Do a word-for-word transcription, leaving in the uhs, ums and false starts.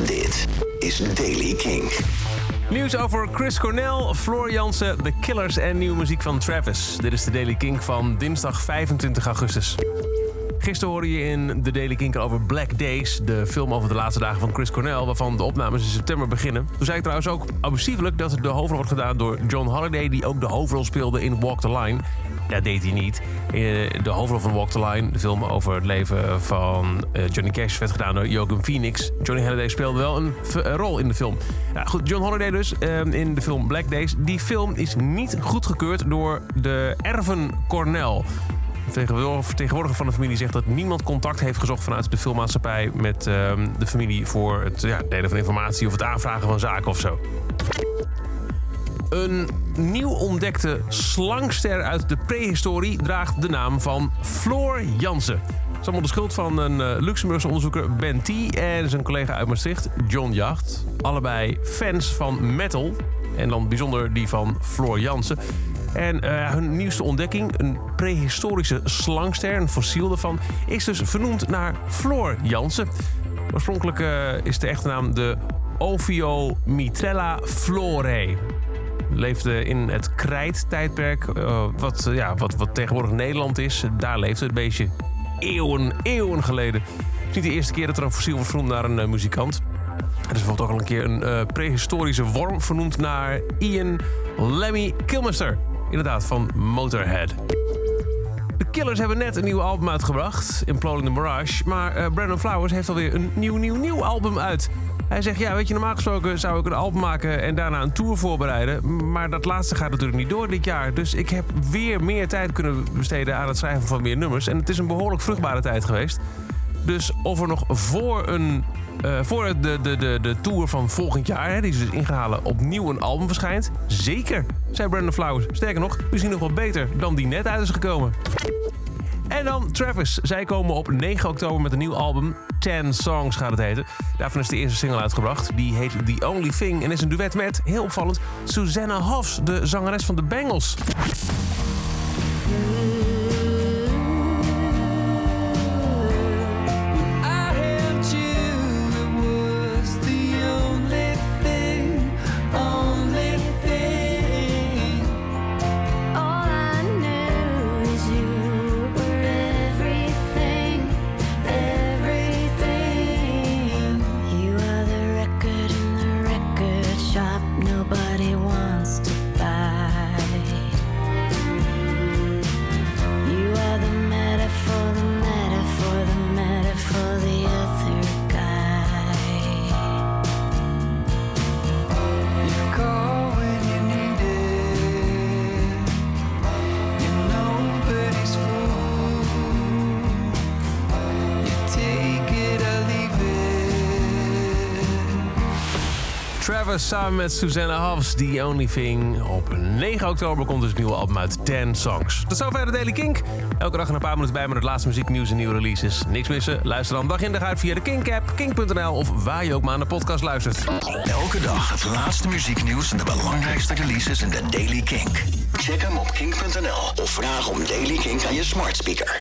Dit is Daily Kink. Nieuws over Chris Cornell, Floor Jansen, The Killers en nieuwe muziek van Travis. Dit is de Daily Kink van dinsdag vijfentwintig augustus. Gisteren hoorde je in de Daily Kink over Black Days, de film over de laatste dagen van Chris Cornell, waarvan de opnames in september beginnen. Toen zei ik trouwens ook abusievelijk dat de hoofdrol wordt gedaan door John Holiday, die ook de hoofdrol speelde in Walk the Line. Dat deed hij niet. De hoofdrol van Walk the Line, de film over het leven van Johnny Cash, werd gedaan door Joaquin Phoenix. Johnny Holiday speelde wel een rol in de film. Nou goed, John Holiday dus in de film Black Days. Die film is niet goedgekeurd door de erven Cornell. De vertegenwoordiger van de familie zegt dat niemand contact heeft gezocht vanuit de filmmaatschappij met uh, de familie voor het ja, delen van informatie of het aanvragen van zaken of zo. Een nieuw ontdekte slangster uit de prehistorie draagt de naam van Floor Jansen. Dat is allemaal de schuld van een uh, Luxemburgse onderzoeker Ben T. en zijn collega uit Maastricht, John Jacht. Allebei fans van metal en dan bijzonder die van Floor Jansen. En uh, hun nieuwste ontdekking, een prehistorische slangster, een fossiel daarvan, is dus vernoemd naar Floor Jansen. Oorspronkelijk uh, is de echte naam de Ophiomitrella florae. Leefde in het krijttijdperk, uh, wat, uh, ja, wat, wat tegenwoordig Nederland is. Daar leefde het beestje eeuwen, eeuwen geleden. Het is niet de eerste keer dat er een fossiel wordt vernoemd naar een uh, muzikant. Er is bijvoorbeeld ook al een keer een uh, prehistorische worm vernoemd naar Ian Lemmy Kilmister. Inderdaad, van Motorhead. De Killers hebben net een nieuw album uitgebracht, Imploding the Mirage. Maar uh, Brandon Flowers heeft alweer een nieuw, nieuw, nieuw album uit. Hij zegt, ja, weet je, normaal gesproken zou ik een album maken en daarna een tour voorbereiden. Maar dat laatste gaat natuurlijk niet door dit jaar. Dus ik heb weer meer tijd kunnen besteden aan het schrijven van meer nummers. En het is een behoorlijk vruchtbare tijd geweest. Dus of er nog voor, een, uh, voor de, de, de, de tour van volgend jaar, hè, die is dus ingehalen, opnieuw een album verschijnt, zeker, zei Brandon Flowers. Sterker nog, misschien nog wel beter dan die net uit is gekomen. En dan Travis. Zij komen op negen oktober met een nieuw album. ten songs gaat het heten. Daarvan is de eerste single uitgebracht. Die heet The Only Thing en is een duet met, heel opvallend, Susanna Hoffs, de zangeres van de Bangles. Nobody wants to buy. You are the metaphor, the metaphor, the metaphor, the other guy. You call when you need it. You're nobody's fool. You take it or leave it. Travis samen met Susanna Hoffs, The Only Thing. Op negen oktober komt dus het nieuwe album uit, ten songs. Tot zover de Daily Kink. Elke dag een paar minuten bij met het laatste muzieknieuws en nieuwe releases. Niks missen? Luister dan dag in dag uit via de Kink-app, kink punt n l of waar je ook maar aan de podcast luistert. Elke dag het laatste muzieknieuws en de belangrijkste releases in de Daily Kink. Check hem op kink punt n l of vraag om Daily Kink aan je smart speaker.